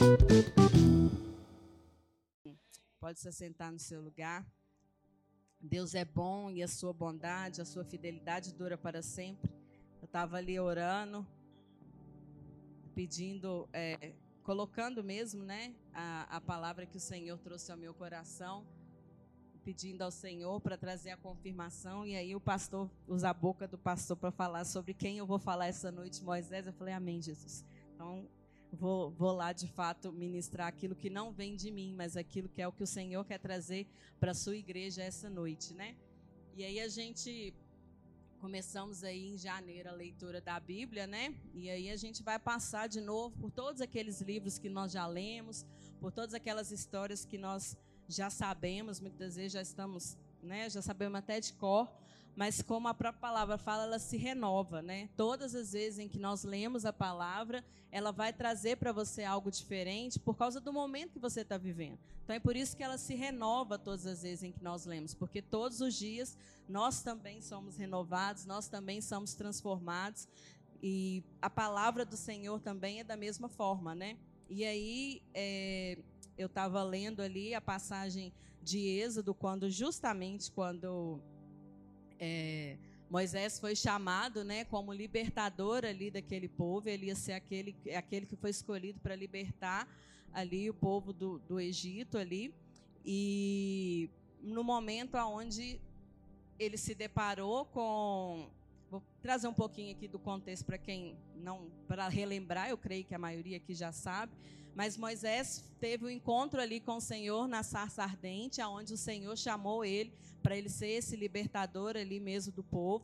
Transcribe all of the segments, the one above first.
Pode se assentar no seu lugar. Deus é bom e a sua bondade, a sua fidelidade dura para sempre. Eu estava ali orando, pedindo, colocando mesmo, né, a palavra que o Senhor trouxe ao meu coração, pedindo ao Senhor para trazer a confirmação. E aí o pastor usa a boca do pastor para falar sobre quem eu vou falar essa noite, Moisés. Eu falei, amém, Jesus. Então, vou lá, de fato, ministrar aquilo que não vem de mim, mas aquilo que é o que o Senhor quer trazer para a sua igreja essa noite, né? E aí começamos aí em janeiro a leitura da Bíblia, né? E aí a gente vai passar de novo por todos aqueles livros que nós já lemos, por todas aquelas histórias que nós já sabemos, muitas vezes já estamos, né? Já sabemos até de cor, mas como a própria palavra fala, ela se renova, né? Todas as vezes em que nós lemos a palavra, ela vai trazer para você algo diferente por causa do momento que você está vivendo. Então é por isso que ela se renova todas as vezes em que nós lemos, porque todos os dias nós também somos renovados, nós também somos transformados, e a palavra do Senhor também é da mesma forma, né? E aí eu estava lendo ali a passagem de Êxodo, justamente quando Moisés foi chamado, né, como libertador ali daquele povo. Ele ia ser aquele que foi escolhido para libertar ali o povo do Egito ali. E no momento onde ele se deparou com... Vou trazer um pouquinho aqui do contexto para quem não, para relembrar, eu creio que a maioria aqui já sabe, mas Moisés teve um encontro ali com o Senhor na sarça ardente, onde o Senhor chamou ele para ele ser esse libertador ali mesmo do povo.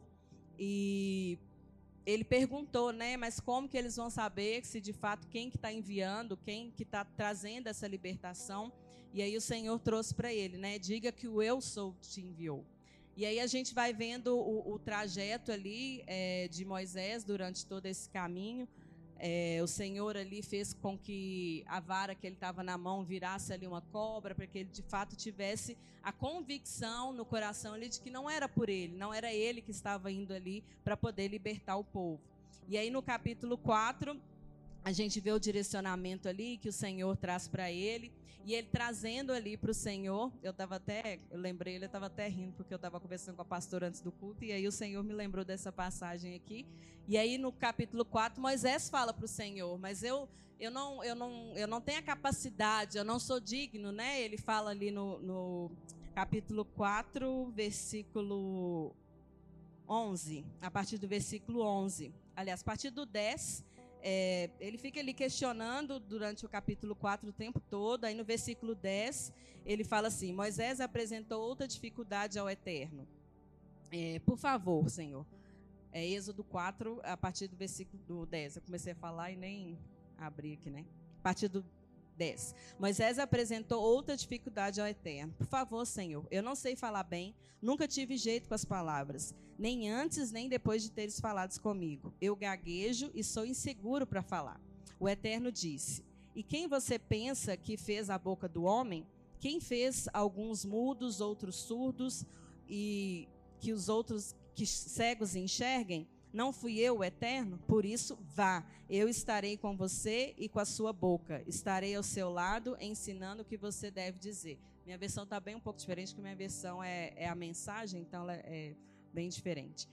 E ele perguntou, né, mas como que eles vão saber se de fato quem que está enviando, quem que está trazendo essa libertação? E aí o Senhor trouxe para ele, né, diga que o eu sou te enviou. E aí a gente vai vendo o trajeto ali de Moisés durante todo esse caminho. O Senhor ali fez com que a vara que ele estava na mão virasse ali uma cobra, para que ele de fato tivesse a convicção no coração ali de que não era por ele, não era ele que estava indo ali para poder libertar o povo. E aí no capítulo 4, a gente vê o direcionamento ali que o Senhor traz para ele, e ele trazendo ali para o Senhor. Eu lembrei, ele estava até rindo, porque eu estava conversando com a pastora antes do culto, e aí o Senhor me lembrou dessa passagem aqui. E aí no capítulo 4, Moisés fala para o Senhor, mas eu não tenho a capacidade, eu não sou digno, né? Ele fala ali no capítulo 4, versículo 11, a partir do versículo 11. Aliás, a partir do 10... ele fica ali questionando durante o capítulo 4 o tempo todo. Aí no versículo 10 ele fala assim: Moisés apresentou outra dificuldade ao Eterno. Por favor, Senhor. Êxodo 4, a partir do versículo 10. Eu comecei a falar e nem abri aqui, né? A partir do 10. Moisés apresentou outra dificuldade ao Eterno. Por favor, Senhor, eu não sei falar bem, nunca tive jeito com as palavras, nem antes nem depois de teres falado comigo. Eu gaguejo e sou inseguro para falar. O Eterno disse: e quem você pensa que fez a boca do homem? Quem fez alguns mudos, outros surdos, e que os outros que cegos enxerguem? Não fui eu, o Eterno? Por isso, vá, eu estarei com você e com a sua boca. Estarei ao seu lado, ensinando o que você deve dizer. Minha versão está bem um pouco diferente, porque minha versão é a mensagem, então ela é bem diferente.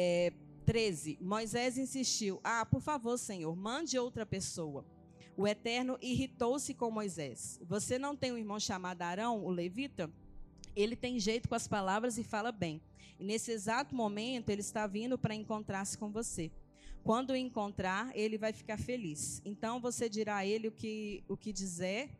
13. Moisés insistiu: por favor, Senhor, mande outra pessoa. O Eterno irritou-se com Moisés. Você não tem um irmão chamado Arão, o levita? Ele tem jeito com as palavras e fala bem. E nesse exato momento, ele está vindo para encontrar-se com você. Quando o encontrar, ele vai ficar feliz. Então você dirá a ele o que disser,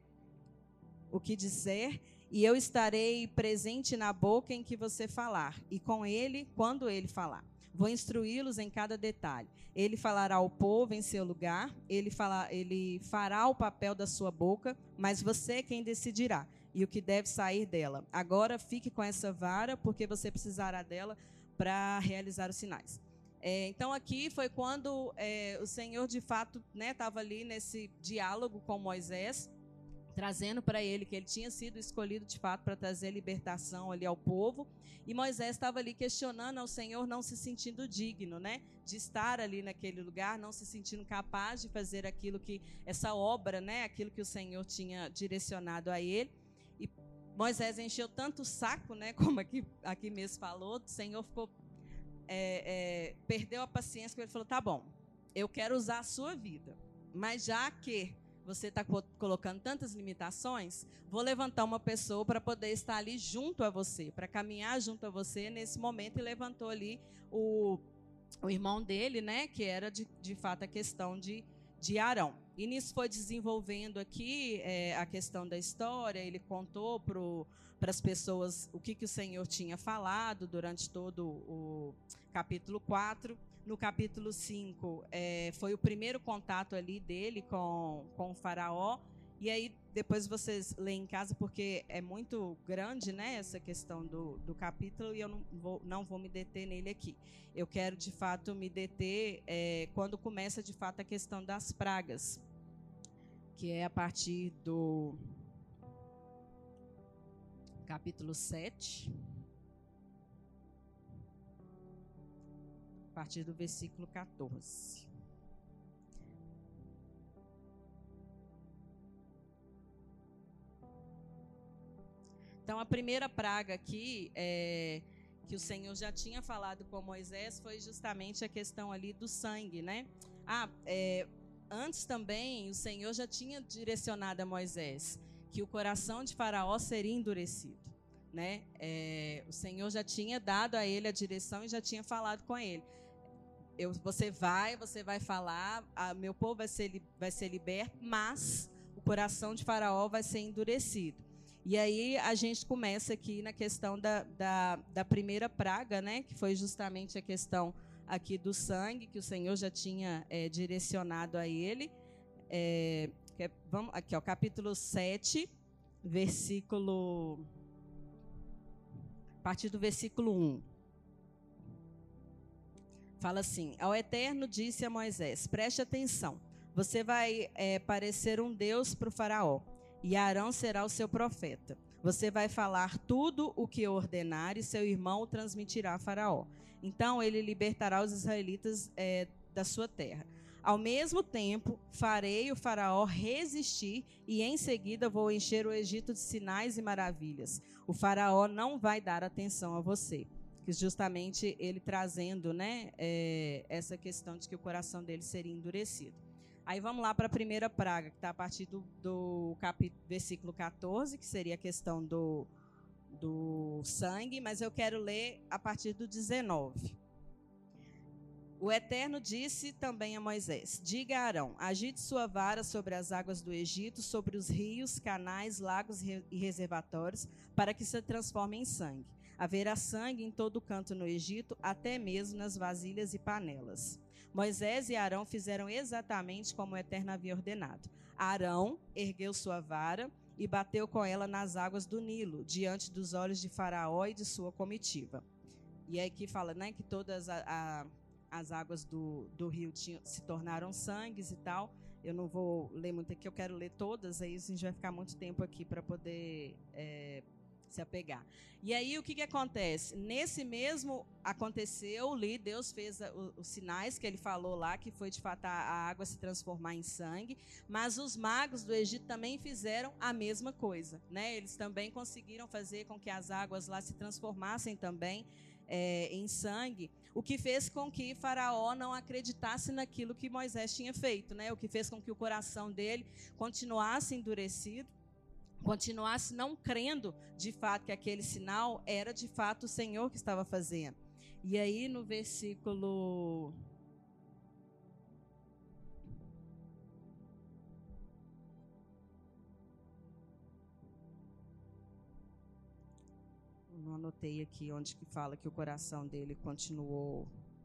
e eu estarei presente na boca em que você falar, e com ele quando ele falar. Vou instruí-los em cada detalhe. Ele falará ao povo em seu lugar, ele fará o papel da sua boca, mas você é quem decidirá e o que deve sair dela. Agora fique com essa vara, porque você precisará dela para realizar os sinais. Então aqui foi quando o Senhor de fato estava ali nesse diálogo com Moisés, trazendo para ele que ele tinha sido escolhido de fato para trazer libertação ali ao povo, e Moisés estava ali questionando ao Senhor, não se sentindo digno, né, de estar ali naquele lugar, não se sentindo capaz de fazer aquilo que, essa obra, né, aquilo que o Senhor tinha direcionado a ele. E Moisés encheu tanto o saco, né, como aqui mesmo falou, o Senhor ficou, perdeu a paciência, porque ele falou, tá bom, eu quero usar a sua vida, mas já que você está colocando tantas limitações, vou levantar uma pessoa para poder estar ali junto a você, para caminhar junto a você nesse momento, e levantou ali o irmão dele, né, que era de fato a questão de Arão. E nisso foi desenvolvendo aqui a questão da história, ele contou para as pessoas o que o Senhor tinha falado durante todo o capítulo 4. No capítulo 5, foi o primeiro contato ali dele com o faraó. E aí, depois vocês leem em casa, porque é muito grande, né, essa questão do capítulo, e eu não vou me deter nele aqui. Eu quero, de fato, me deter quando começa, de fato, a questão das pragas, que é a partir do capítulo 7. A partir do versículo 14. Então, a primeira praga aqui, que o Senhor já tinha falado com Moisés, foi justamente a questão ali do sangue, né? Antes também, o Senhor já tinha direcionado a Moisés que o coração de Faraó seria endurecido, né? O Senhor já tinha dado a ele a direção e já tinha falado com ele. Você vai falar, meu povo vai ser liberto, mas o coração de Faraó vai ser endurecido. E aí a gente começa aqui na questão da primeira praga, né, que foi justamente a questão aqui do sangue, que o Senhor já tinha direcionado a ele. Vamos aqui, ó, capítulo 7, a partir do versículo 1. Fala assim: ao Eterno disse a Moisés, preste atenção, você vai parecer um Deus para o faraó, e Arão será o seu profeta. Você vai falar tudo o que eu ordenar, e seu irmão o transmitirá a faraó. Então ele libertará os israelitas da sua terra. Ao mesmo tempo, farei o faraó resistir, e em seguida vou encher o Egito de sinais e maravilhas. O faraó não vai dar atenção a você. Que justamente ele trazendo, né, essa questão de que o coração dele seria endurecido. Aí vamos lá para a primeira praga, que está a partir do versículo 14, que seria a questão do sangue, mas eu quero ler a partir do 19. O Eterno disse também a Moisés, diga a Arão, agite sua vara sobre as águas do Egito, sobre os rios, canais, lagos e reservatórios, para que se transformem em sangue. Haverá sangue em todo canto no Egito, até mesmo nas vasilhas e panelas. Moisés e Arão fizeram exatamente como o Eterno havia ordenado. Arão ergueu sua vara e bateu com ela nas águas do Nilo, diante dos olhos de Faraó e de sua comitiva. E aí aqui fala, né, que todas as águas do rio se tornaram sangues e tal. Eu não vou ler muito aqui, eu quero ler todas, aí a gente vai ficar muito tempo aqui para poder se apegar. E aí o que acontece? Nesse mesmo aconteceu ali, Deus fez os sinais que ele falou lá, que foi de fato a água se transformar em sangue, mas os magos do Egito também fizeram a mesma coisa, né? Eles também conseguiram fazer com que as águas lá se transformassem também em sangue, o que fez com que Faraó não acreditasse naquilo que Moisés tinha feito, né? O que fez com que o coração dele continuasse endurecido, continuasse não crendo de fato que aquele sinal era de fato o Senhor que estava fazendo. E aí no versículo não anotei aqui onde que fala que o coração dele continuou.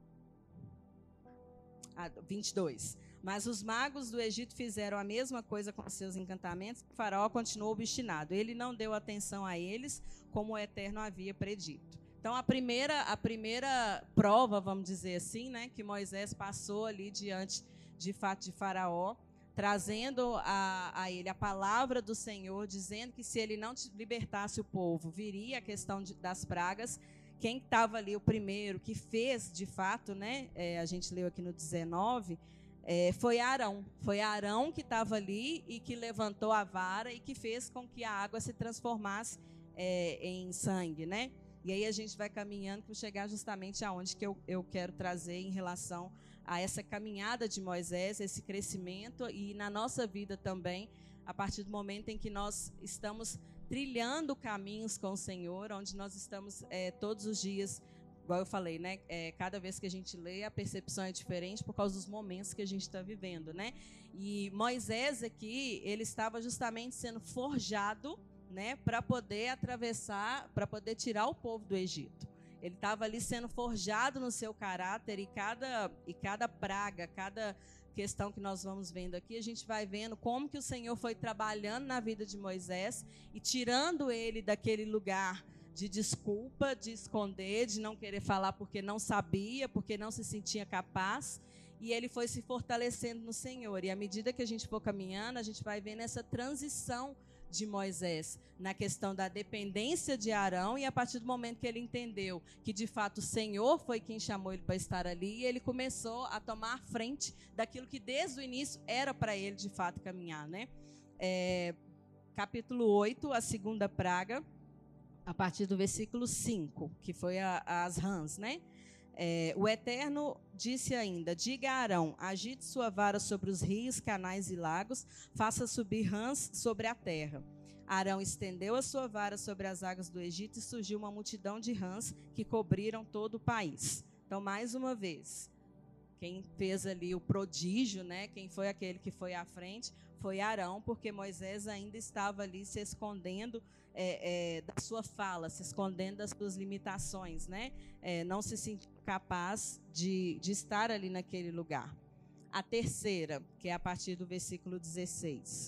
22. Mas os magos do Egito fizeram a mesma coisa com seus encantamentos. O faraó continuou obstinado. Ele não deu atenção a eles, como o Eterno havia predito. Então, a primeira prova, vamos dizer assim, né, que Moisés passou ali diante de fato de Faraó, trazendo a ele a palavra do Senhor, dizendo que se ele não libertasse o povo, viria a questão das pragas. Quem estava ali, o primeiro que fez, de fato, né, a gente leu aqui no 19, foi Arão. Foi Arão que estava ali e que levantou a vara e que fez com que a água se transformasse em sangue, né? E aí a gente vai caminhando para chegar justamente aonde que eu quero trazer em relação a essa caminhada de Moisés, esse crescimento, e na nossa vida também, a partir do momento em que nós estamos trilhando caminhos com o Senhor, onde nós estamos todos os dias, igual eu falei, né? Cada vez que a gente lê, a percepção é diferente por causa dos momentos que a gente está vivendo, né? E Moisés aqui, ele estava justamente sendo forjado, né, para poder atravessar, para poder tirar o povo do Egito. Ele estava ali sendo forjado no seu caráter, e cada praga, cada questão que nós vamos vendo aqui, a gente vai vendo como que o Senhor foi trabalhando na vida de Moisés e tirando ele daquele lugar de desculpa, de esconder, de não querer falar porque não sabia, porque não se sentia capaz, e ele foi se fortalecendo no Senhor. E à medida que a gente for caminhando, a gente vai vendo essa transição de Moisés na questão da dependência de Arão, e a partir do momento que ele entendeu que de fato o Senhor foi quem chamou ele para estar ali, ele começou a tomar a frente daquilo que desde o início era para ele de fato caminhar, né? Capítulo 8, a segunda praga, a partir do versículo 5, que foi as rãs, né? O Eterno disse ainda: diga a Arão, agite sua vara sobre os rios, canais e lagos, faça subir rãs sobre a terra. Arão estendeu a sua vara sobre as águas do Egito e surgiu uma multidão de rãs que cobriram todo o país. Então, mais uma vez, quem fez ali o prodígio, né? Quem foi aquele que foi à frente foi Arão, porque Moisés ainda estava ali se escondendo da sua fala, se escondendo das suas limitações, né? Não se sentiu capaz de estar ali naquele lugar. A terceira, que é a partir do versículo 16.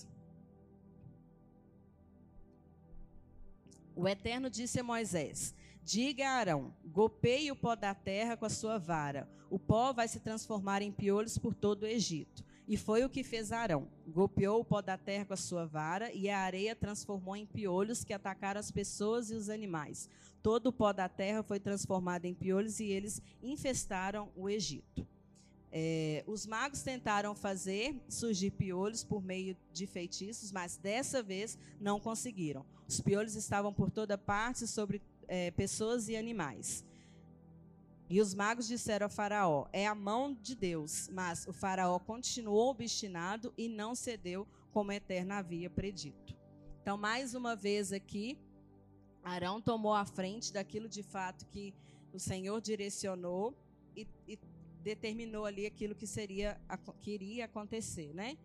O Eterno disse a Moisés: diga a Arão, golpeie o pó da terra com a sua vara. O pó vai se transformar em piolhos por todo o Egito. E foi o que fez Arão. Golpeou o pó da terra com a sua vara, e a areia transformou em piolhos que atacaram as pessoas e os animais. Todo o pó da terra foi transformado em piolhos e eles infestaram o Egito. Os magos tentaram fazer surgir piolhos por meio de feitiços, mas dessa vez não conseguiram. Os piolhos estavam por toda parte sobre pessoas e animais. E os magos disseram ao faraó: é a mão de Deus. Mas o faraó continuou obstinado e não cedeu, como o Eterno havia predito. Então, mais uma vez aqui, Arão tomou a frente daquilo de fato que o Senhor direcionou e determinou ali aquilo que iria acontecer, né?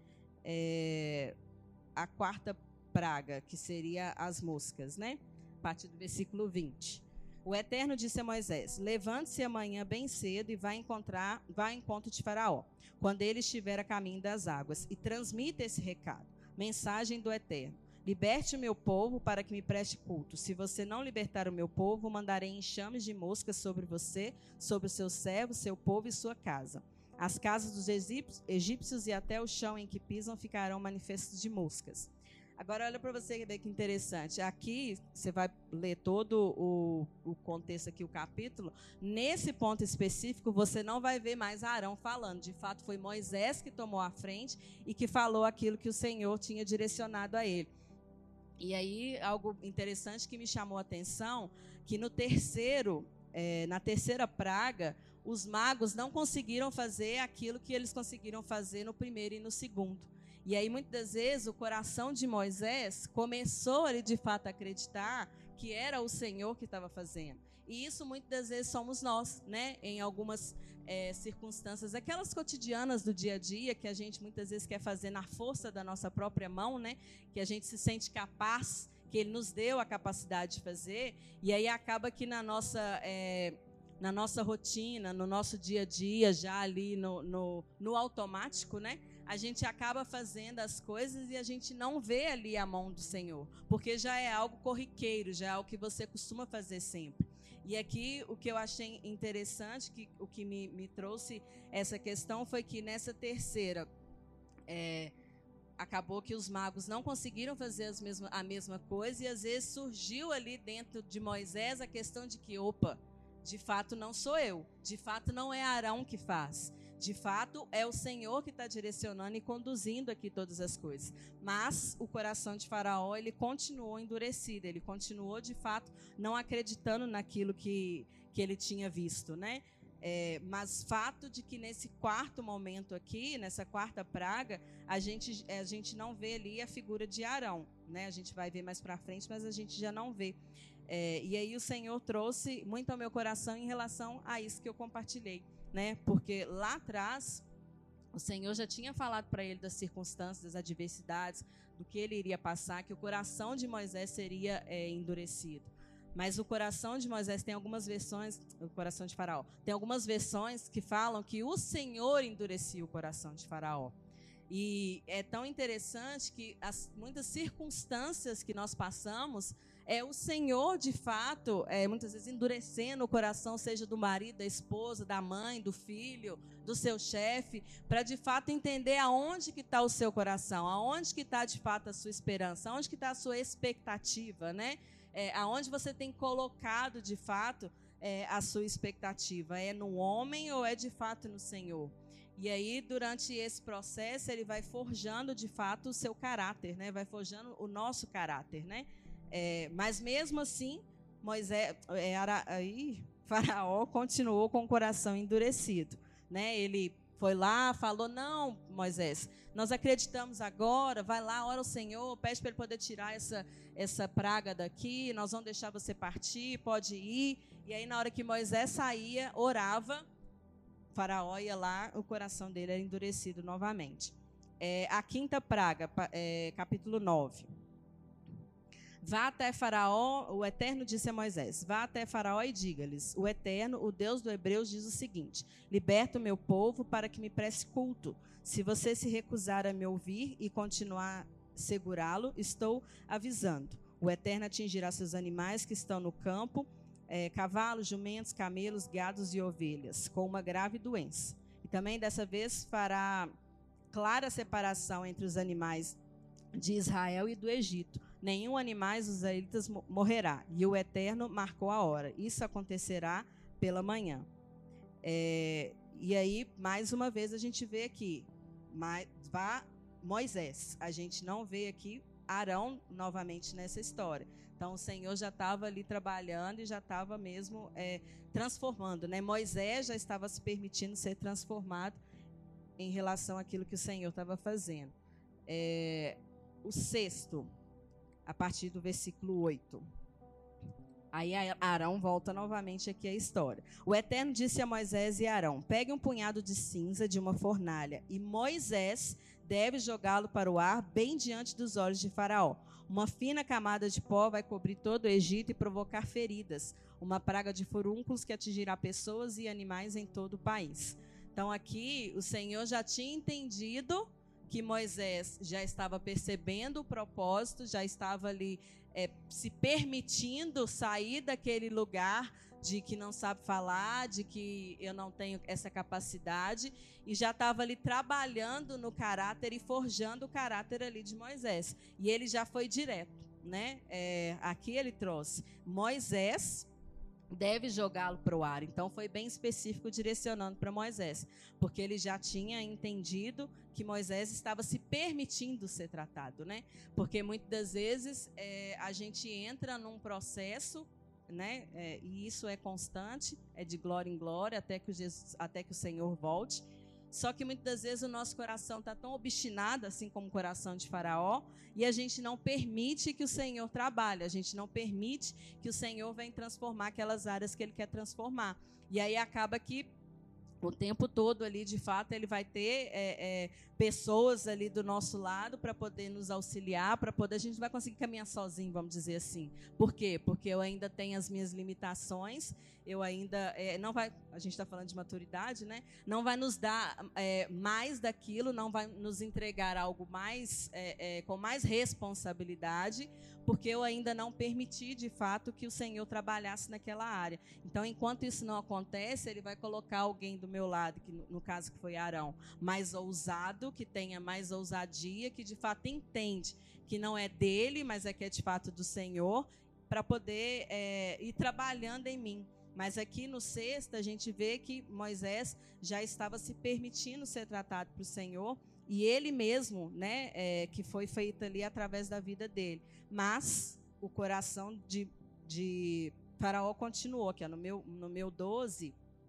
A quarta praga, que seria as moscas, né? A partir do versículo 20. O Eterno disse a Moisés: levante-se amanhã bem cedo e vá ao encontro de Faraó, quando ele estiver a caminho das águas, e transmita esse recado. Mensagem do Eterno: liberte o meu povo para que me preste culto. Se você não libertar o meu povo, mandarei enxames de moscas sobre você, sobre os seus servos, seu povo e sua casa. As casas dos egípcios e até o chão em que pisam ficarão manifestos de moscas. Agora olha para você ver que interessante. Aqui você vai ler todo o contexto aqui, o capítulo. Nesse ponto específico, você não vai ver mais Arão falando. De fato, foi Moisés que tomou a frente e que falou aquilo que o Senhor tinha direcionado a ele. E aí, algo interessante que me chamou a atenção, que na terceira praga, os magos não conseguiram fazer aquilo que eles conseguiram fazer no primeiro e no segundo. E aí, muitas vezes, o coração de Moisés começou ali, de fato, a acreditar que era o Senhor que estava fazendo. E isso, muitas vezes, somos nós, né? Em algumas circunstâncias, aquelas cotidianas do dia a dia, que a gente, muitas vezes, quer fazer na força da nossa própria mão, né? Que a gente se sente capaz, que Ele nos deu a capacidade de fazer. E aí, acaba que na nossa rotina, no nosso dia a dia, já ali no automático, né? A gente acaba fazendo as coisas e a gente não vê ali a mão do Senhor, porque já é algo corriqueiro, já é algo que você costuma fazer sempre. E aqui o que eu achei interessante, o que me trouxe essa questão foi que nessa terceira acabou que os magos não conseguiram fazer a mesma coisa, e às vezes surgiu ali dentro de Moisés a questão de que, opa, de fato não sou eu, de fato não é Arão que faz, de fato é o Senhor que está direcionando e conduzindo aqui todas as coisas. Mas o coração de Faraó, ele continuou endurecido, ele continuou de fato não acreditando naquilo que ele tinha visto, né? Mas fato de que nesse quarto momento aqui, nessa quarta praga, a gente não vê ali a figura de Arão, né? A gente vai ver mais para frente, mas a gente já não vê. E aí o Senhor trouxe muito ao meu coração em relação a isso que eu compartilhei, né? Porque lá atrás o Senhor já tinha falado para ele das circunstâncias, das adversidades, do que ele iria passar, que o coração de Moisés seria endurecido. Mas o coração de Moisés tem algumas versões, o coração de Faraó, tem algumas versões que falam que o Senhor endurecia o coração de Faraó. E é tão interessante que muitas circunstâncias que nós passamos, o Senhor, de fato, muitas vezes endurecendo o coração, seja do marido, da esposa, da mãe, do filho, do seu chefe, para de fato entender aonde que está o seu coração, aonde que está de fato a sua esperança, aonde que está a sua expectativa, né? Aonde você tem colocado de fato a sua expectativa, é no homem ou é de fato no Senhor? E aí, durante esse processo, ele vai forjando de fato o seu caráter, né? Vai forjando o nosso caráter, né? Mas mesmo assim, Faraó continuou com o coração endurecido, né? Ele foi lá, falou: não, Moisés, nós acreditamos agora, vai lá, ora ao Senhor, pede para ele poder tirar essa praga daqui, nós vamos deixar você partir, pode ir. E aí, na hora que Moisés saía, orava, Faraó ia lá, o coração dele era endurecido novamente. A quinta praga, capítulo 9. Vá até Faraó, o Eterno disse a Moisés: vá até Faraó e diga-lhes: o Eterno, o Deus do Hebreus, diz o seguinte: liberta o meu povo para que me preste culto. Se você se recusar a me ouvir e continuar a segurá-lo, estou avisando. O Eterno atingirá seus animais que estão no campo, cavalos, jumentos, camelos, gados e ovelhas, com uma grave doença. E também dessa vez fará clara separação entre os animais de Israel e do Egito. Nenhum animal dos israelitas morrerá. E o Eterno marcou a hora. Isso acontecerá pela manhã. E aí, mais uma vez, a gente vê aqui, Moisés. A gente não vê aqui Arão novamente nessa história. Então, o Senhor já estava ali trabalhando e já estava mesmo transformando, né? Moisés já estava se permitindo ser transformado em relação àquilo que o Senhor estava fazendo. O sexto, a partir do versículo 8. Aí Arão volta novamente aqui a história. O Eterno disse a Moisés e Arão: pegue um punhado de cinza de uma fornalha, e Moisés deve jogá-lo para o ar bem diante dos olhos de Faraó. Uma fina camada de pó vai cobrir todo o Egito e provocar feridas, uma praga de furúnculos que atingirá pessoas e animais em todo o país. Então aqui o Senhor já tinha entendido que Moisés já estava percebendo o propósito, já estava ali se permitindo sair daquele lugar de que não sabe falar, de que eu não tenho essa capacidade, e já estava ali trabalhando no caráter e forjando o caráter ali de Moisés. E ele já foi direto, né? Aqui ele trouxe: Moisés deve jogá-lo para o ar. Então foi bem específico, direcionando para Moisés, porque ele já tinha entendido que Moisés estava se permitindo ser tratado, né? Porque muitas das vezes a gente entra num processo, né? E isso é constante, é de glória em glória até que o Senhor volte. Só que muitas das vezes o nosso coração está tão obstinado, assim como o coração de Faraó, e a gente não permite que o Senhor trabalhe, a gente não permite que o Senhor venha transformar aquelas áreas que Ele quer transformar. E aí acaba que o tempo todo ali, de fato, Ele vai ter pessoas ali do nosso lado para poder nos auxiliar, a gente não vai conseguir caminhar sozinho, vamos dizer assim. Por quê? Porque eu ainda tenho as minhas limitações, eu ainda não vai, a gente está falando de maturidade, né? Não vai nos dar mais daquilo, não vai nos entregar algo mais com mais responsabilidade, porque eu ainda não permiti de fato que o Senhor trabalhasse naquela área. Então, enquanto isso não acontece, Ele vai colocar alguém do meu lado, que no caso que foi Arão, mais ousado, que tenha mais ousadia, que de fato entende que não é dele, mas é que é de fato do Senhor, para poder ir trabalhando em mim. Mas aqui no 6 a gente vê que Moisés já estava se permitindo ser tratado para o Senhor, e ele mesmo, né, que foi feito ali através da vida dele. Mas o coração de Faraó continuou, que no meu 12,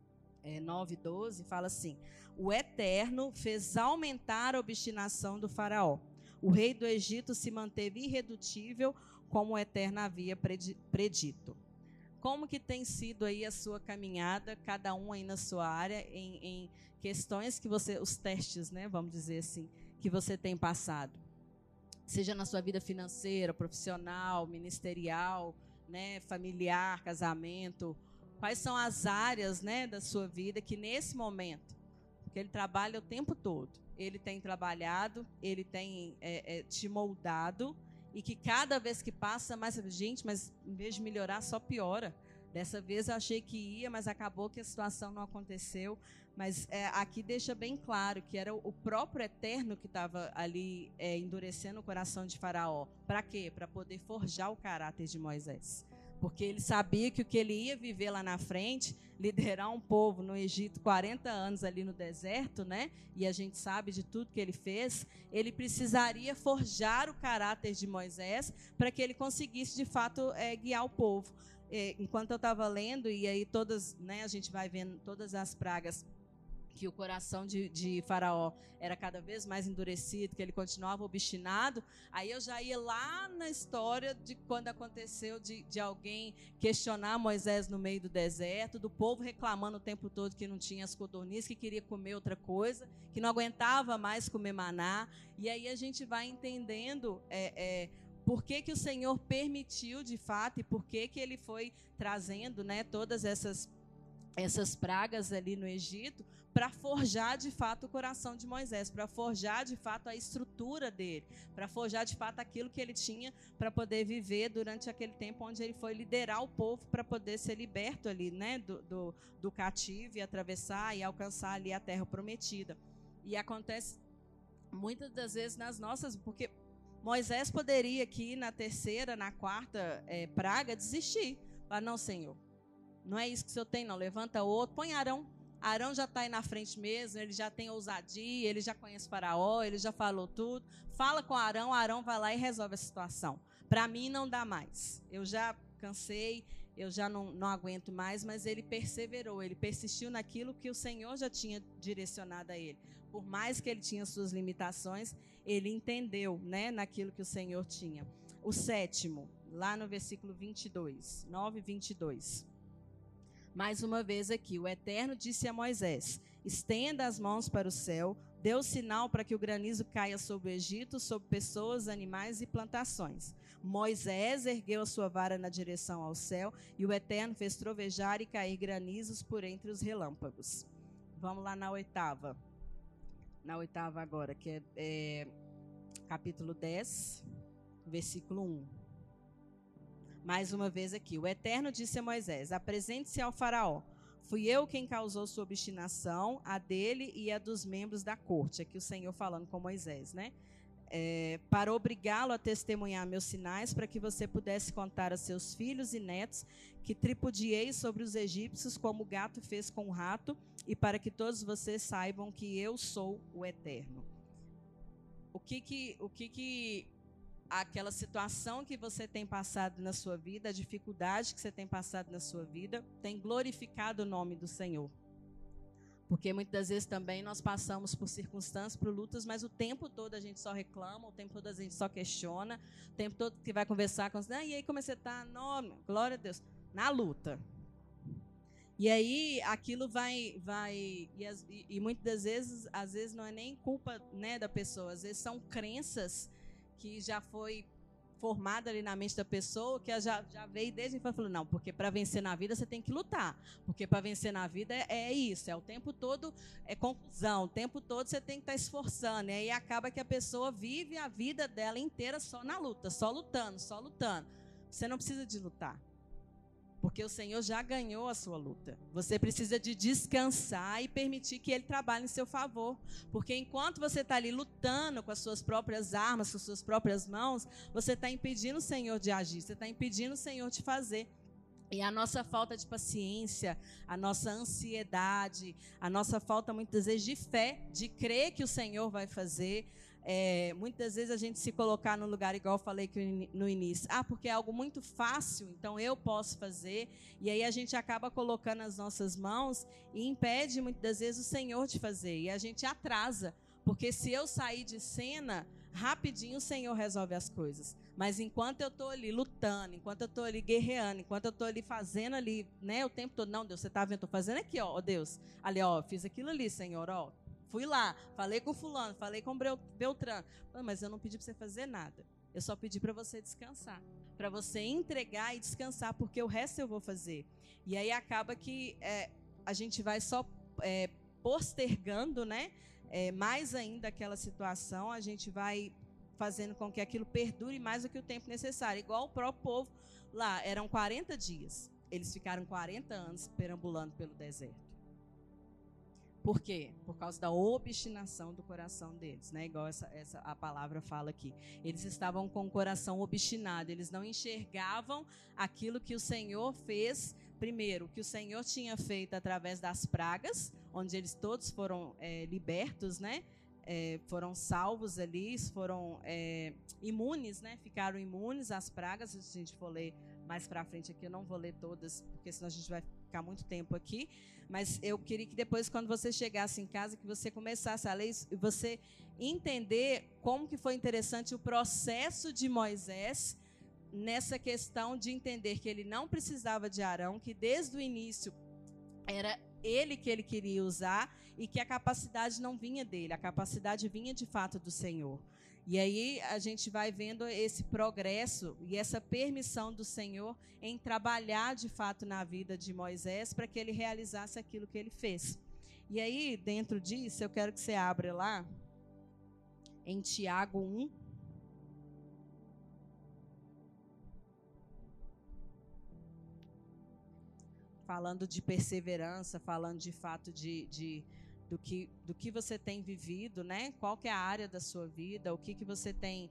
9:12, fala assim: o Eterno fez aumentar a obstinação do Faraó. O rei do Egito se manteve irredutível, como o Eterno havia predito. Como que tem sido aí a sua caminhada, cada um aí na sua área, em questões que os testes, né, vamos dizer assim, que você tem passado? Seja na sua vida financeira, profissional, ministerial, né, familiar, casamento. Quais são as áreas, né, da sua vida que nesse momento, porque ele trabalha o tempo todo, ele tem trabalhado, ele tem te moldado, e que cada vez que passa mais, gente, mas em vez de melhorar, só piora. Dessa vez eu achei que ia, mas acabou que a situação não aconteceu. Mas aqui deixa bem claro que era o próprio Eterno que estava ali endurecendo o coração de Faraó. Para quê? Para poder forjar o caráter de Moisés. Porque ele sabia que o que ele ia viver lá na frente, liderar um povo no Egito 40 anos ali no deserto, né? E a gente sabe de tudo que ele fez, ele precisaria forjar o caráter de Moisés para que ele conseguisse de fato guiar o povo. Enquanto eu estava lendo, e aí todas, né, a gente vai vendo todas as pragas, que o coração de Faraó era cada vez mais endurecido, que ele continuava obstinado, aí eu já ia lá na história de quando aconteceu de alguém questionar Moisés no meio do deserto, do povo reclamando o tempo todo que não tinha as codornizes, que queria comer outra coisa, que não aguentava mais comer maná, e aí a gente vai entendendo por que o Senhor permitiu de fato, e por que ele foi trazendo, né, todas essas pragas ali no Egito, para forjar de fato o coração de Moisés, para forjar de fato a estrutura dele, para forjar de fato aquilo que ele tinha para poder viver durante aquele tempo onde ele foi liderar o povo para poder ser liberto ali, né, do cativo, e atravessar e alcançar ali a terra prometida. E acontece muitas das vezes nas nossas, porque Moisés poderia aqui na terceira, na quarta praga desistir, falar: não, Senhor, não é isso que o Senhor tem, não. Levanta outro, põe Arão. Arão já está aí na frente mesmo, ele já tem ousadia, ele já conhece Faraó, ele já falou tudo. Fala com Arão, Arão vai lá e resolve a situação. Para mim não dá mais. Eu já cansei, eu já não aguento mais, mas ele perseverou, ele persistiu naquilo que o Senhor já tinha direcionado a ele. Por mais que ele tinha suas limitações, ele entendeu, né, naquilo que o Senhor tinha. O 7º, lá no versículo 22, 9:22. Mais uma vez aqui, o Eterno disse a Moisés: estenda as mãos para o céu, dê o sinal para que o granizo caia sobre o Egito, sobre pessoas, animais e plantações. Moisés ergueu a sua vara na direção ao céu, e o Eterno fez trovejar e cair granizos por entre os relâmpagos. Vamos lá na 8ª. Na 8ª agora, que é capítulo 10, versículo 1. Mais uma vez aqui, o Eterno disse a Moisés: apresente-se ao faraó. Fui eu quem causou sua obstinação, a dele e a dos membros da corte. Aqui o Senhor falando com Moisés, né? Para obrigá-lo a testemunhar meus sinais, para que você pudesse contar a seus filhos e netos que tripudiei sobre os egípcios como o gato fez com o rato, e para que todos vocês saibam que eu sou o Eterno. O que aquela situação que você tem passado na sua vida, a dificuldade que você tem passado na sua vida, tem glorificado o nome do Senhor? Porque muitas das vezes também nós passamos por circunstâncias, por lutas, mas o tempo todo a gente só reclama, o tempo todo a gente só questiona, o tempo todo que vai conversar com você: e aí como você está? Não, glória a Deus, na luta. E aí aquilo vai e muitas das vezes, às vezes não é nem culpa, né, da pessoa, às vezes são crenças que já foi formada ali na mente da pessoa, que já veio desde que falou: não, porque para vencer na vida você tem que lutar, porque para vencer na vida é isso, o tempo todo é confusão, o tempo todo você tem que estar esforçando, e aí acaba que a pessoa vive a vida dela inteira só na luta, só lutando, só lutando. Você não precisa de lutar. porque o Senhor já ganhou a sua luta. Você precisa de descansar e permitir que Ele trabalhe em seu favor. Porque enquanto você está ali lutando com as suas próprias armas, com as suas próprias mãos, você está impedindo o Senhor de agir, você está impedindo o Senhor de fazer. E a nossa falta de paciência, a nossa ansiedade, a nossa falta muitas vezes de fé, de crer que o Senhor vai fazer. Muitas vezes a gente se colocar no lugar, igual eu falei no início, porque é algo muito fácil, então eu posso fazer, e aí a gente acaba colocando as nossas mãos e impede muitas vezes o Senhor de fazer, e a gente atrasa, porque se eu sair de cena, rapidinho o Senhor resolve as coisas, mas enquanto eu estou ali lutando, enquanto eu estou ali guerreando, enquanto eu estou ali fazendo ali, né, o tempo todo, não, Deus, você está vendo, estou fazendo aqui, ó, Deus, ali, ó, fiz aquilo ali, Senhor, ó, fui lá, falei com fulano, falei com Beltrano, mas eu não pedi para você fazer nada. Eu só pedi para você descansar, para você entregar e descansar, porque o resto eu vou fazer. E aí acaba que a gente vai só postergando, né? Mais ainda aquela situação, a gente vai fazendo com que aquilo perdure mais do que o tempo necessário. Igual o próprio povo lá, eram 40 dias. Eles ficaram 40 anos perambulando pelo deserto. Por quê? Por causa da obstinação do coração deles, né? Igual a palavra fala aqui. Eles estavam com o coração obstinado, eles não enxergavam aquilo que o Senhor fez. Primeiro, o que o Senhor tinha feito através das pragas, onde eles todos foram libertos, né? Foram salvos ali, foram imunes, né? Ficaram imunes às pragas. Se a gente for ler mais para frente aqui, eu não vou ler todas, porque senão a gente vai ficar muito tempo aqui. Mas eu queria que depois, quando você chegasse em casa, que você começasse a ler isso, e você entender como que foi interessante o processo de Moisés nessa questão de entender que ele não precisava de Arão, que desde o início era ele que ele queria usar e que a capacidade não vinha dele, a capacidade vinha de fato do Senhor. E aí a gente vai vendo esse progresso e essa permissão do Senhor em trabalhar de fato na vida de Moisés para que ele realizasse aquilo que ele fez. E aí, dentro disso, eu quero que você abra lá em Tiago 1. Falando de perseverança, falando de fato do que você tem vivido, né? Qual que é a área da sua vida, o que você tem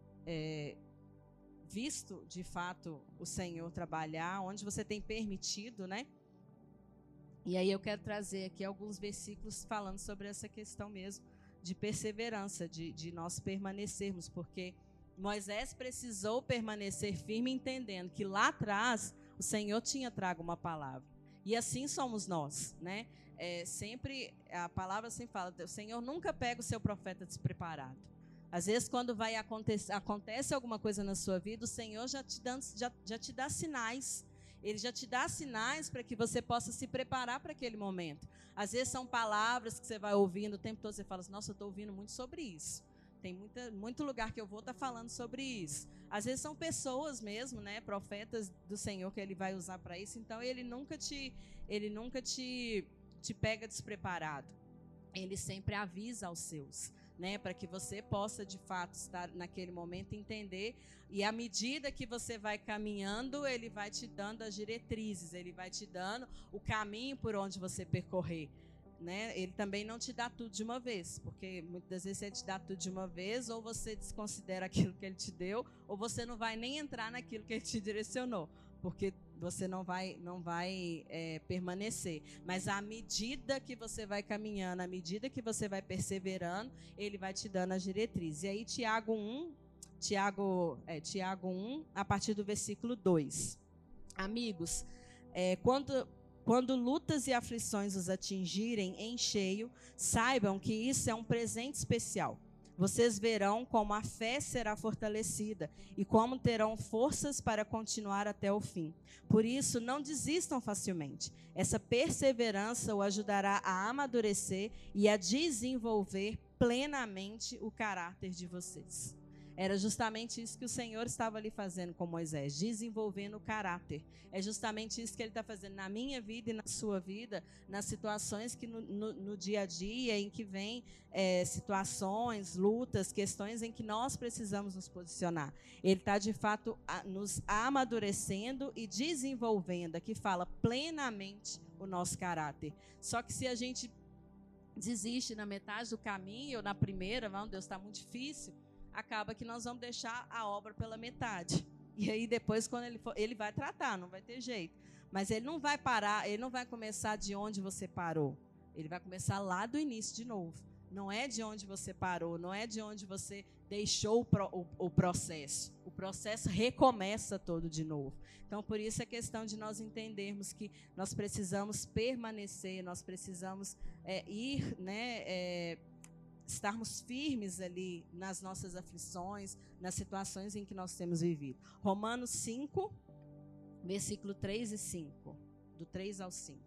visto de fato o Senhor trabalhar, onde você tem permitido, né? E aí eu quero trazer aqui alguns versículos falando sobre essa questão mesmo de perseverança, de nós permanecermos, porque Moisés precisou permanecer firme, entendendo que lá atrás o Senhor tinha trago uma palavra. E assim somos nós, né? Sempre, a palavra sempre fala, o Senhor nunca pega o seu profeta despreparado. Às vezes, quando acontece alguma coisa na sua vida, o Senhor já te dá sinais. Ele já te dá sinais para que você possa se preparar para aquele momento. Às vezes são palavras que você vai ouvindo o tempo todo, você fala assim, nossa, eu estou ouvindo muito sobre isso. Tem muito lugar que eu vou estar falando sobre isso. Às vezes são pessoas mesmo, né, profetas do Senhor que ele vai usar para isso. Então ele nunca te pega despreparado. Ele sempre avisa aos seus, né, para que você possa de fato estar naquele momento e entender. E à medida que você vai caminhando, ele vai te dando as diretrizes, ele vai te dando o caminho por onde você percorrer. Né? Ele também não te dá tudo de uma vez, porque muitas vezes ele te dá tudo de uma vez, ou você desconsidera aquilo que ele te deu, ou você não vai nem entrar naquilo que ele te direcionou, porque você não vai permanecer. Mas à medida que você vai caminhando, à medida que você vai perseverando, ele vai te dando as diretrizes. E aí Tiago 1, a partir do versículo 2. Amigos, quando lutas e aflições os atingirem em cheio, saibam que isso é um presente especial. Vocês verão como a fé será fortalecida e como terão forças para continuar até o fim. Por isso, não desistam facilmente. Essa perseverança o ajudará a amadurecer e a desenvolver plenamente o caráter de vocês. Era justamente isso que o Senhor estava ali fazendo com Moisés, desenvolvendo o caráter. É justamente isso que Ele está fazendo na minha vida e na sua vida, nas situações que no dia a dia, em que vem situações, lutas, questões em que nós precisamos nos posicionar. Ele está, de fato, nos amadurecendo e desenvolvendo, aqui fala plenamente o nosso caráter. Só que se a gente desiste na metade do caminho, ou na primeira, Deus, está muito difícil, acaba que nós vamos deixar a obra pela metade. E aí depois, quando ele for, ele vai tratar, não vai ter jeito. Mas ele não vai parar, ele não vai começar de onde você parou. Ele vai começar lá do início de novo. Não é de onde você parou, não é de onde você deixou o processo. O processo recomeça todo de novo. Então, por isso é questão de nós entendermos que nós precisamos permanecer, nós precisamos estarmos firmes ali nas nossas aflições, nas situações em que nós temos vivido. Romanos 5, versículo 3 e 5. Do 3 ao 5.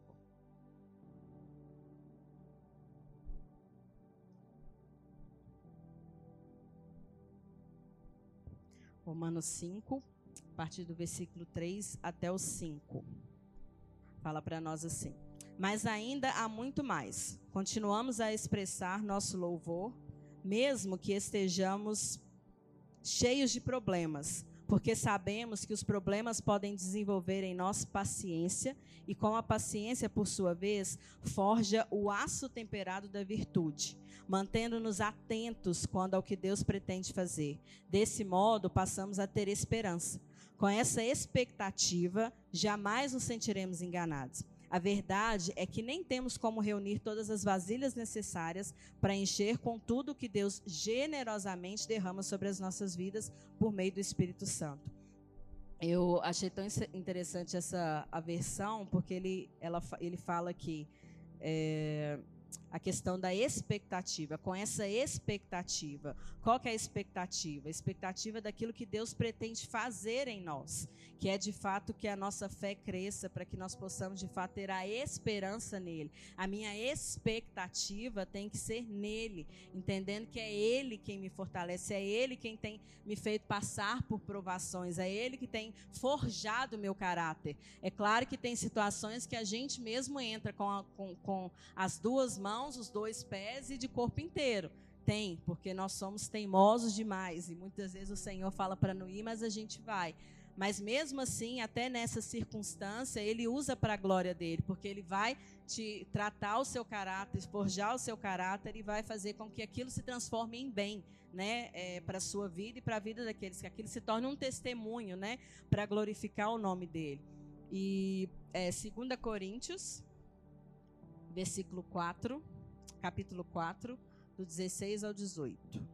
Romanos 5, a partir do versículo 3 até o 5. Fala para nós assim: mas ainda há muito mais. Continuamos a expressar nosso louvor, mesmo que estejamos cheios de problemas, porque sabemos que os problemas podem desenvolver em nós paciência, e com a paciência, por sua vez, forja o aço temperado da virtude, mantendo-nos atentos quanto ao que Deus pretende fazer. Desse modo, passamos a ter esperança. Com essa expectativa, jamais nos sentiremos enganados. A verdade é que nem temos como reunir todas as vasilhas necessárias para encher com tudo que Deus generosamente derrama sobre as nossas vidas por meio do Espírito Santo. Eu achei tão interessante a versão, porque ele fala que a questão da expectativa, com essa expectativa. Qual que é a expectativa? A expectativa daquilo que Deus pretende fazer em nós, que é de fato que a nossa fé cresça, para que nós possamos de fato ter a esperança nele. A minha expectativa tem que ser nele, entendendo que é ele quem me fortalece, é ele quem tem me feito passar por provações, é ele que tem forjado o meu caráter. É claro que tem situações que a gente mesmo entra com as duas mãos, os dois pés e de corpo inteiro. Tem, porque nós somos teimosos demais e muitas vezes o Senhor fala para não ir, mas a gente vai. Mas mesmo assim, até nessa circunstância, ele usa para a glória dele, porque ele vai te tratar o seu caráter, forjar o seu caráter e vai fazer com que aquilo se transforme em bem, né, para a sua vida e para a vida daqueles, que aquilo se torne um testemunho, né, para glorificar o nome dele. E 2 Coríntios, versículo 4, capítulo 4, do 16 ao 18.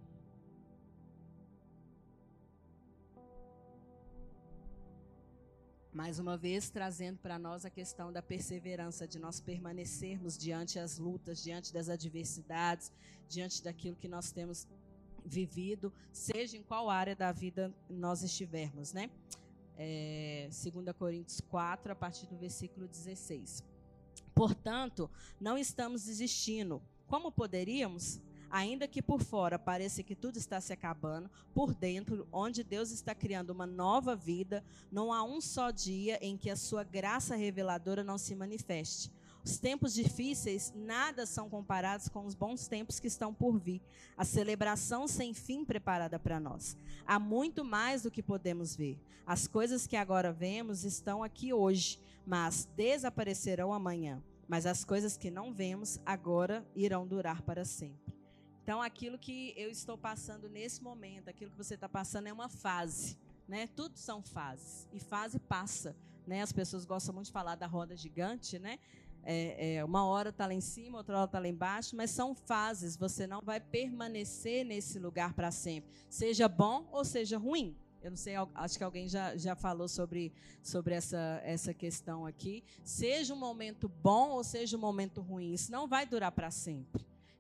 Mais uma vez, trazendo para nós a questão da perseverança, de nós permanecermos diante das lutas, diante das adversidades, diante daquilo que nós temos vivido, seja em qual área da vida nós estivermos, né? 2 Coríntios 4, a partir do versículo 16. Portanto, não estamos desistindo. Como poderíamos? Ainda que por fora pareça que tudo está se acabando, por dentro, onde Deus está criando uma nova vida, não há um só dia em que a sua graça reveladora não se manifeste. Os tempos difíceis nada são comparados com os bons tempos que estão por vir, a celebração sem fim preparada para nós. Há muito mais do que podemos ver. As coisas que agora vemos estão aqui hoje, mas desaparecerão amanhã. Mas as coisas que não vemos agora irão durar para sempre. Então, aquilo que eu estou passando nesse momento, aquilo que você está passando é uma fase, né? Tudo são fases, e fase passa, né? As pessoas gostam muito de falar da roda gigante, né? Uma hora está lá em cima, outra hora está lá embaixo, mas são fases, você não vai permanecer nesse lugar para sempre, seja bom ou seja ruim. Eu não sei, acho que alguém já falou sobre essa questão aqui. Seja um momento bom ou seja um momento ruim, isso não vai durar para sempre.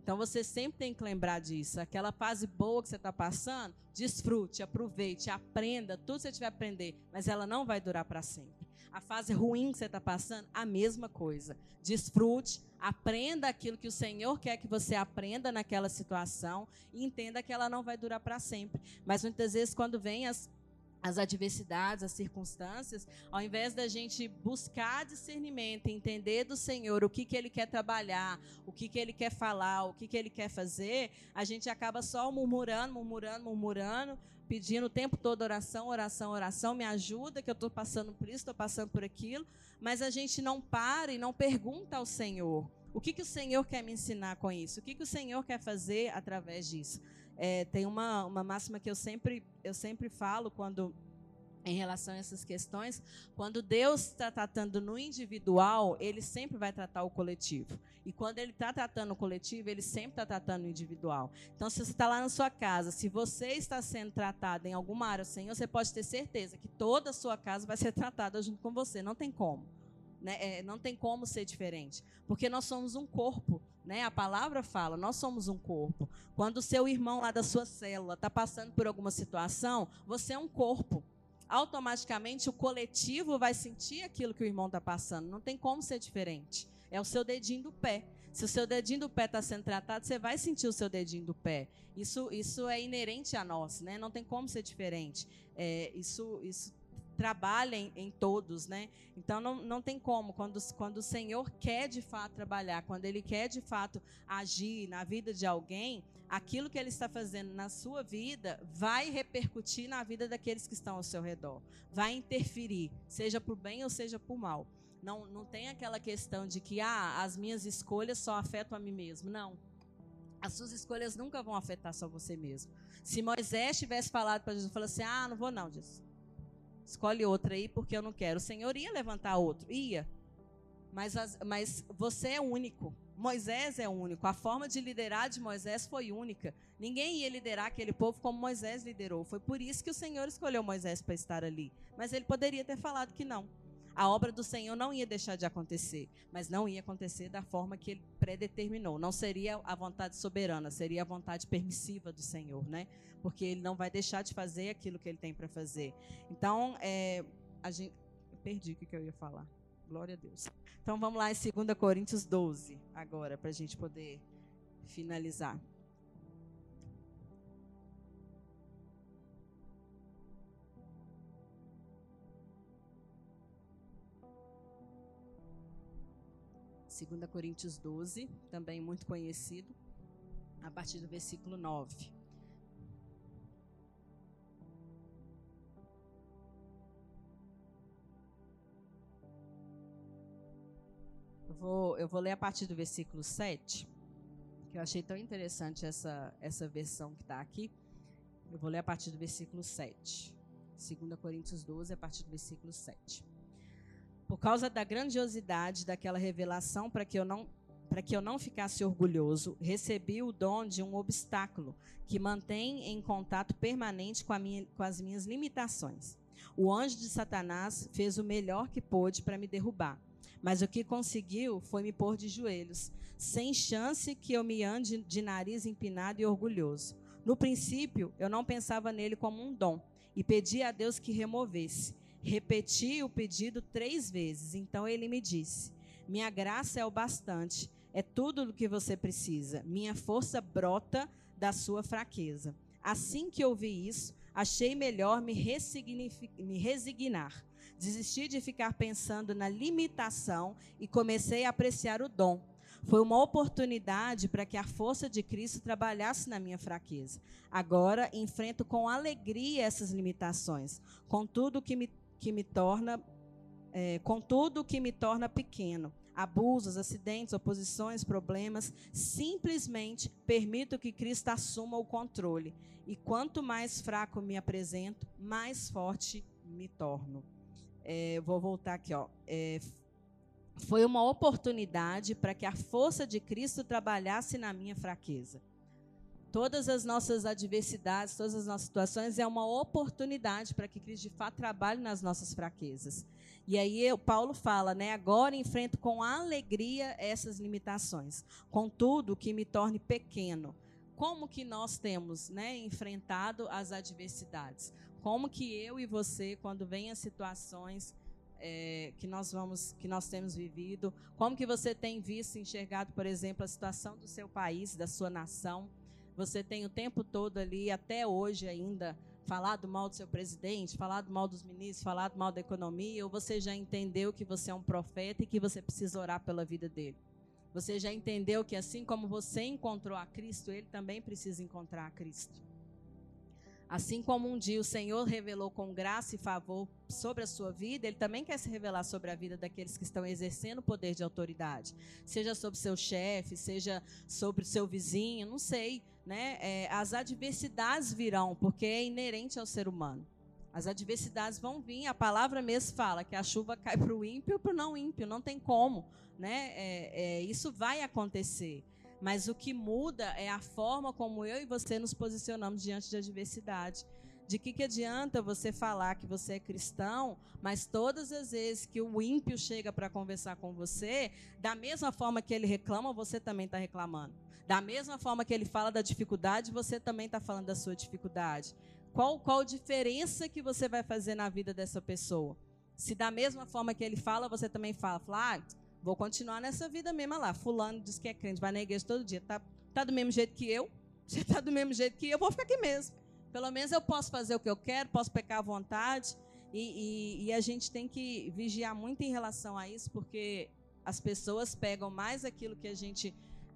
Então, você sempre tem que lembrar disso. Aquela fase boa que você está passando, desfrute, aproveite, aprenda, tudo que você tiver a aprender, mas ela não vai durar para sempre. A fase ruim que você está passando, a mesma coisa. Desfrute, aprenda aquilo que o Senhor quer que você aprenda naquela situação e entenda que ela não vai durar para sempre. Mas, muitas vezes, quando vem as adversidades, as circunstâncias, ao invés da gente buscar discernimento, entender do Senhor o que Ele quer trabalhar, o que Ele quer falar, o que Ele quer fazer, a gente acaba só murmurando, pedindo o tempo todo oração, oração, oração, me ajuda que eu estou passando por isso, estou passando por aquilo, mas a gente não para e não pergunta ao Senhor, o que o Senhor quer me ensinar com isso, o que o Senhor quer fazer através disso. Tem uma máxima que eu sempre falo em relação a essas questões, quando Deus está tratando no individual, Ele sempre vai tratar o coletivo. E quando Ele está tratando o coletivo, Ele sempre está tratando o individual. Então, se você está lá na sua casa, se você está sendo tratado em alguma área, Senhor, você pode ter certeza que toda a sua casa vai ser tratada junto com você. Não tem como. Né? Não tem como ser diferente, porque nós somos um corpo, né? A palavra fala, nós somos um corpo. Quando o seu irmão lá da sua célula está passando por alguma situação, você é um corpo. Automaticamente o coletivo vai sentir aquilo que o irmão está passando, não tem como ser diferente. É o seu dedinho do pé. Se o seu dedinho do pé está sendo tratado, você vai sentir o seu dedinho do pé. Isso é inerente a nós, né? Não tem como ser diferente. Isso trabalha em todos, né? Então não tem como, quando o Senhor quer de fato trabalhar, quando Ele quer de fato agir na vida de alguém, aquilo que Ele está fazendo na sua vida vai repercutir na vida daqueles que estão ao seu redor, vai interferir, seja para o bem ou seja para o mal. Não tem aquela questão de que as minhas escolhas só afetam a mim mesmo, não. As suas escolhas nunca vão afetar só você mesmo. Se Moisés tivesse falado para Jesus, falou assim, não vou não, Jesus. Escolhe outra aí porque eu não quero. O Senhor ia levantar outro, ia. Mas você é único. Moisés é único. A forma de liderar de Moisés foi única. Ninguém ia liderar aquele povo como Moisés liderou. Foi por isso que o Senhor escolheu Moisés para estar ali. Mas ele poderia ter falado que não. A obra do Senhor não ia deixar de acontecer, mas não ia acontecer da forma que Ele predeterminou. Não seria a vontade soberana, seria a vontade permissiva do Senhor, né? Porque Ele não vai deixar de fazer aquilo que Ele tem para fazer. Então, perdi o que eu ia falar. Glória a Deus. Então, vamos lá em 2 Coríntios 12, agora, para a gente poder finalizar. Segunda Coríntios 12, também muito conhecido, a partir do versículo 9. Eu vou ler a partir do versículo 7, que eu achei tão interessante essa versão que está aqui. Eu vou ler a partir do versículo 7. 2 Coríntios 12, a partir do versículo 7. Por causa da grandiosidade daquela revelação, para que eu não ficasse orgulhoso, recebi o dom de um obstáculo que mantém em contato permanente com as minhas limitações. O anjo de Satanás fez o melhor que pôde para me derrubar, mas o que conseguiu foi me pôr de joelhos, sem chance que eu me ande de nariz empinado e orgulhoso. No princípio, eu não pensava nele como um dom e pedi a Deus que removesse. Repeti o pedido 3 vezes, então ele me disse, minha graça é o bastante, é tudo o que você precisa, minha força brota da sua fraqueza. Assim que ouvi isso, achei melhor me resignar, desisti de ficar pensando na limitação e comecei a apreciar o dom. Foi uma oportunidade para que a força de Cristo trabalhasse na minha fraqueza. Agora enfrento com alegria essas limitações, contudo que me torna pequeno. Abusos, acidentes, oposições, problemas, simplesmente permito que Cristo assuma o controle. E quanto mais fraco me apresento, mais forte me torno. Vou voltar aqui, foi uma oportunidade para que a força de Cristo trabalhasse na minha fraqueza. todas as nossas adversidades, todas as nossas situações é uma oportunidade para que Cristo de fato trabalhe nas nossas fraquezas. E aí Paulo fala, né, agora enfrento com alegria essas limitações, contudo que me torne pequeno. Como que nós temos, né, enfrentado as adversidades? Como que eu e você, quando vem as situações que nós temos vivido, como que você tem visto, enxergado, por exemplo, a situação do seu país, da sua nação? Você tem o tempo todo ali, até hoje ainda, falado mal do seu presidente, falado mal dos ministros, falado mal da economia, ou você já entendeu que você é um profeta e que você precisa orar pela vida dele? Você já entendeu que assim como você encontrou a Cristo, ele também precisa encontrar a Cristo? Assim como um dia o Senhor revelou com graça e favor sobre a sua vida, ele também quer se revelar sobre a vida daqueles que estão exercendo o poder de autoridade. Seja sobre seu chefe, seja sobre o seu vizinho, não sei, né? As adversidades virão, porque é inerente ao ser humano. As adversidades vão vir, a palavra mesmo fala que a chuva cai para o ímpio e para o não ímpio, não tem como, né? Isso vai acontecer. Mas o que muda é a forma como eu e você nos posicionamos diante de adversidade. De que adianta você falar que você é cristão, mas todas as vezes que o ímpio chega para conversar com você, da mesma forma que ele reclama, você também está reclamando. Da mesma forma que ele fala da dificuldade, você também está falando da sua dificuldade. Qual a diferença que você vai fazer na vida dessa pessoa? Se da mesma forma que ele fala, você também fala, vou continuar nessa vida mesmo lá. Fulano diz que é crente, vai na igreja todo dia. Tá do mesmo jeito que eu? Você está do mesmo jeito que eu, vou ficar aqui mesmo. Pelo menos eu posso fazer o que eu quero, posso pecar à vontade. E a gente tem que vigiar muito em relação a isso, porque as pessoas pegam mais aquilo que a gente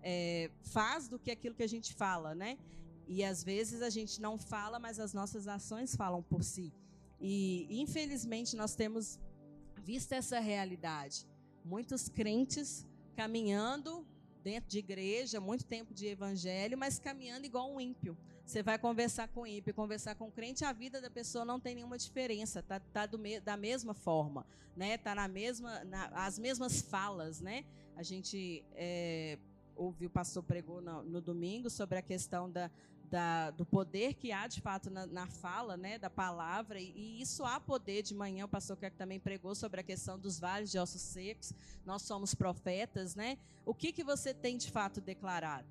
faz do que aquilo que a gente fala, né? E às vezes a gente não fala, mas as nossas ações falam por si. E infelizmente nós temos visto essa realidade. Muitos crentes caminhando dentro de igreja, muito tempo de evangelho, mas caminhando igual um ímpio. Você vai conversar com o ímpio, conversar com o crente, a vida da pessoa não tem nenhuma diferença, tá da mesma forma, né? Tá as mesmas falas, né? A gente ouviu, o pastor pregou no domingo sobre a questão do poder que há de fato na fala, né, da palavra, e isso há poder. De manhã o pastor Keck também pregou sobre a questão dos vales de ossos secos. Nós somos profetas, né? O que você tem de fato declarado?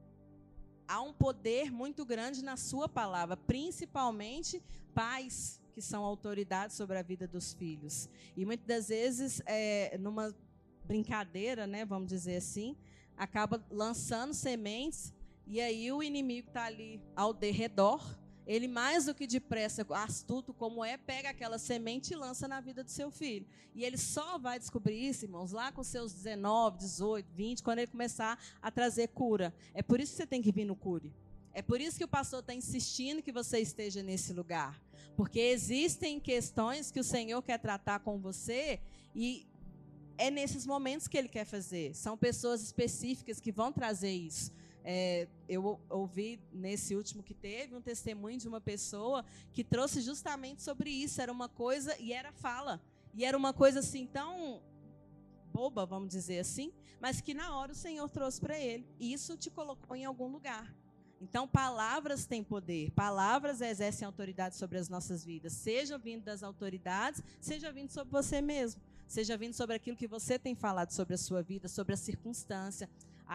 Há um poder muito grande na sua palavra, principalmente pais que são autoridades sobre a vida dos filhos. E muitas das vezes, numa brincadeira, né, vamos dizer assim, acaba lançando sementes. E aí o inimigo está ali ao redor, ele mais do que depressa, astuto como pega aquela semente e lança na vida do seu filho. E ele só vai descobrir isso, irmãos, lá com seus 19, 18, 20, quando ele começar a trazer cura. É por isso que você tem que vir no Cure. É por isso que o pastor está insistindo que você esteja nesse lugar. Porque existem questões que o Senhor quer tratar com você e é nesses momentos que ele quer fazer. São pessoas específicas que vão trazer isso. Eu ouvi nesse último que teve um testemunho de uma pessoa que trouxe justamente sobre isso. Era uma coisa e era fala. E era uma coisa assim tão boba, vamos dizer assim, mas que na hora o Senhor trouxe para ele. E isso te colocou em algum lugar. Então, palavras têm poder. Palavras exercem autoridade sobre as nossas vidas. Seja vindo das autoridades, seja vindo sobre você mesmo. Seja vindo sobre aquilo que você tem falado sobre a sua vida, sobre a circunstância.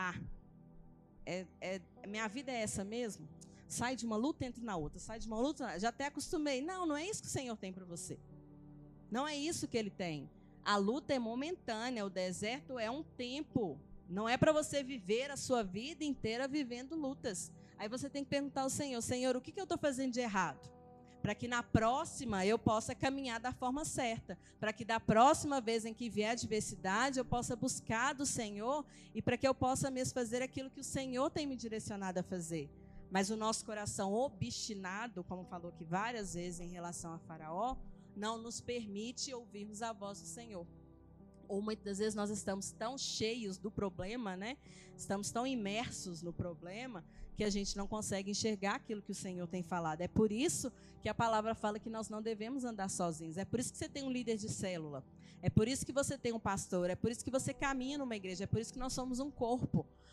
Minha vida é essa mesmo? Sai de uma luta, entra na outra. Sai de uma luta, já até acostumei. Não é isso que o Senhor tem para você. Não é isso que Ele tem. A luta é momentânea, o deserto é um tempo. Não é para você viver a sua vida inteira vivendo lutas. Aí você tem que perguntar ao Senhor, Senhor, o que eu estou fazendo de errado? Para que na próxima eu possa caminhar da forma certa. Para que da próxima vez em que vier a adversidade, eu possa buscar do Senhor e para que eu possa mesmo fazer aquilo que o Senhor tem me direcionado a fazer. Mas o nosso coração obstinado, como falou aqui várias vezes em relação a Faraó, não nos permite ouvirmos a voz do Senhor. Ou muitas das vezes nós estamos tão cheios do problema, né? Estamos tão imersos no problema que a gente não consegue enxergar aquilo que o Senhor tem falado. É por isso que a palavra fala que nós não devemos andar sozinhos. É por isso que você tem um líder de célula. É por isso que você tem um pastor. É por isso que você caminha numa igreja. É por isso que nós somos um corpo.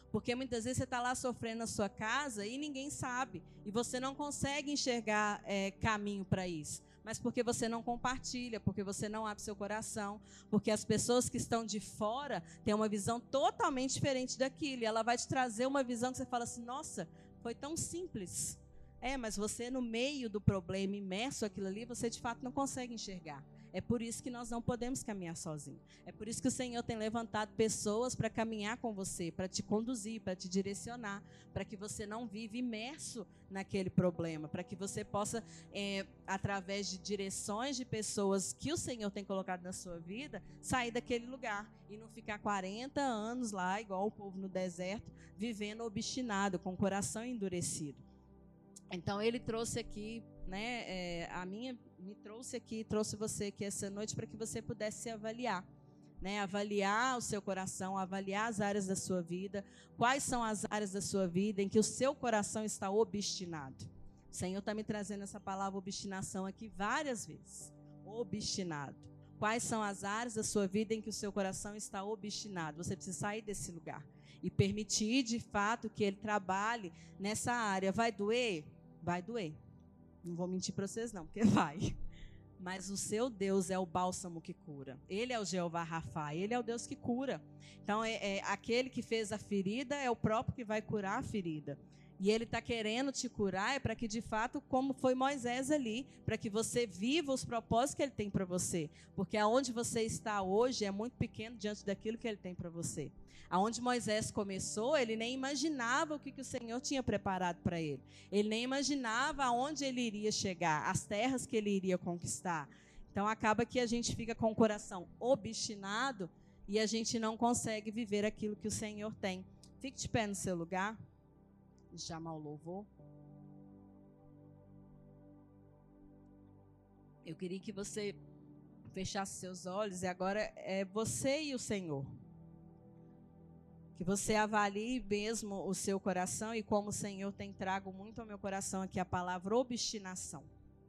Porque muitas vezes você está lá sofrendo na sua casa e ninguém sabe. E você não consegue enxergar caminho para isso. Mas porque você não compartilha, porque você não abre seu coração. Porque as pessoas que estão de fora têm uma visão totalmente diferente daquilo. E ela vai te trazer uma visão que você fala assim, nossa, foi tão simples. Mas você no meio do problema, imerso aquilo ali, você de fato não consegue enxergar. É por isso que nós não podemos caminhar sozinhos. É por isso que o Senhor tem levantado pessoas para caminhar com você, para te conduzir, para te direcionar, para que você não viva imerso naquele problema, para que você possa, através de direções de pessoas que o Senhor tem colocado na sua vida, sair daquele lugar e não ficar 40 anos lá, igual o povo no deserto, vivendo obstinado, com o coração endurecido. Então, ele trouxe aqui, né, me trouxe aqui, trouxe você aqui essa noite para que você pudesse se avaliar, né, avaliar o seu coração, avaliar as áreas da sua vida, quais são as áreas da sua vida em que o seu coração está obstinado. O Senhor está me trazendo essa palavra obstinação aqui várias vezes, obstinado. Quais são as áreas da sua vida em que o seu coração está obstinado? Você precisa sair desse lugar e permitir, de fato, que ele trabalhe nessa área. Vai doer? Vai doer. Não vou mentir para vocês não, porque vai. Mas o seu Deus é o bálsamo que cura. Ele é o Jeová Rafa, ele é o Deus que cura. Então, aquele que fez a ferida é o próprio que vai curar a ferida. E ele está querendo te curar para que, de fato, como foi Moisés ali, para que você viva os propósitos que ele tem para você. Porque aonde você está hoje é muito pequeno diante daquilo que ele tem para você. Aonde Moisés começou, ele nem imaginava o que o Senhor tinha preparado para ele. Ele nem imaginava aonde ele iria chegar, as terras que ele iria conquistar. Então, acaba que a gente fica com o coração obstinado e a gente não consegue viver aquilo que o Senhor tem. Fique de pé no seu lugar. Chamar o louvor. Eu queria que você fechasse seus olhos e agora é você e o Senhor. Que você avalie mesmo o seu coração e como o Senhor tem trago muito ao meu coração aqui a palavra obstinação.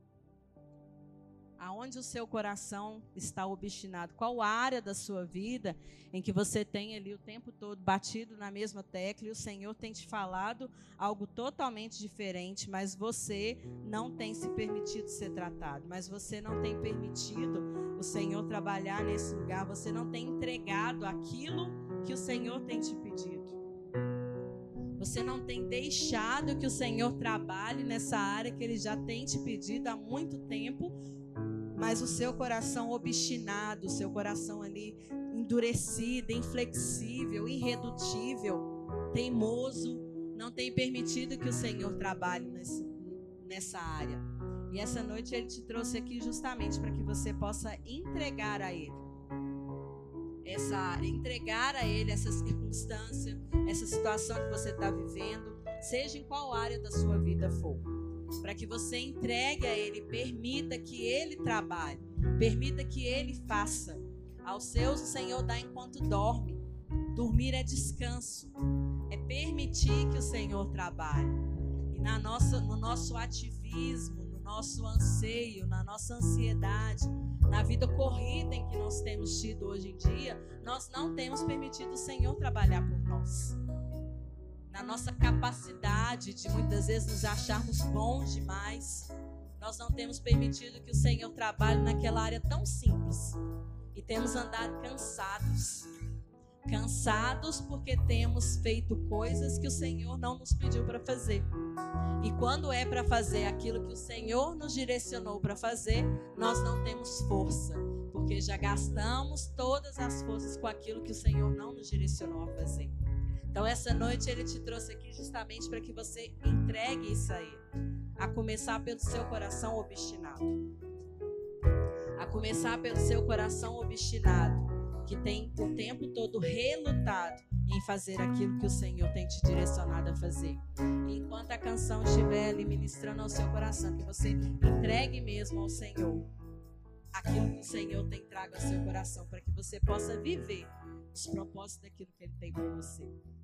Aonde o seu coração está obstinado? Qual área da sua vida em que você tem ali o tempo todo batido na mesma tecla e o Senhor tem te falado algo totalmente diferente, mas você não tem se permitido ser tratado, mas você não tem permitido o Senhor trabalhar nesse lugar, você não tem entregado aquilo que o Senhor tem te pedido. Você não tem deixado que o Senhor trabalhe nessa área que Ele já tem te pedido há muito tempo, mas o seu coração obstinado, o seu coração ali endurecido, inflexível, irredutível, teimoso, não tem permitido que o Senhor trabalhe nessa área. E essa noite Ele te trouxe aqui justamente para que você possa entregar a Ele essa área, entregar a Ele essa circunstância, essa situação que você está vivendo, seja em qual área da sua vida for. Para que você entregue a Ele, permita que Ele trabalhe, permita que Ele faça. Aos seus o Senhor dá enquanto dorme. Dormir é descanso, é permitir que o Senhor trabalhe. E no nosso ativismo, no nosso anseio, na nossa ansiedade, na vida corrida em que nós temos tido hoje em dia, nós não temos permitido o Senhor trabalhar por nós. Na nossa capacidade de muitas vezes nos acharmos bons demais, nós não temos permitido que o Senhor trabalhe naquela área tão simples. E temos andado cansados porque temos feito coisas que o Senhor não nos pediu para fazer. E quando é para fazer aquilo que o Senhor nos direcionou para fazer, nós não temos força, porque já gastamos todas as forças com aquilo que o Senhor não nos direcionou a fazer. Então essa noite Ele te trouxe aqui justamente para que você entregue isso a Ele, a começar pelo seu coração obstinado, a começar pelo seu coração obstinado, que tem o tempo todo relutado em fazer aquilo que o Senhor tem te direcionado a fazer. E enquanto a canção estiver ali ministrando ao seu coração, que você entregue mesmo ao Senhor aquilo que o Senhor tem trago ao seu coração, para que você possa viver os propósitos daquilo que Ele tem para você.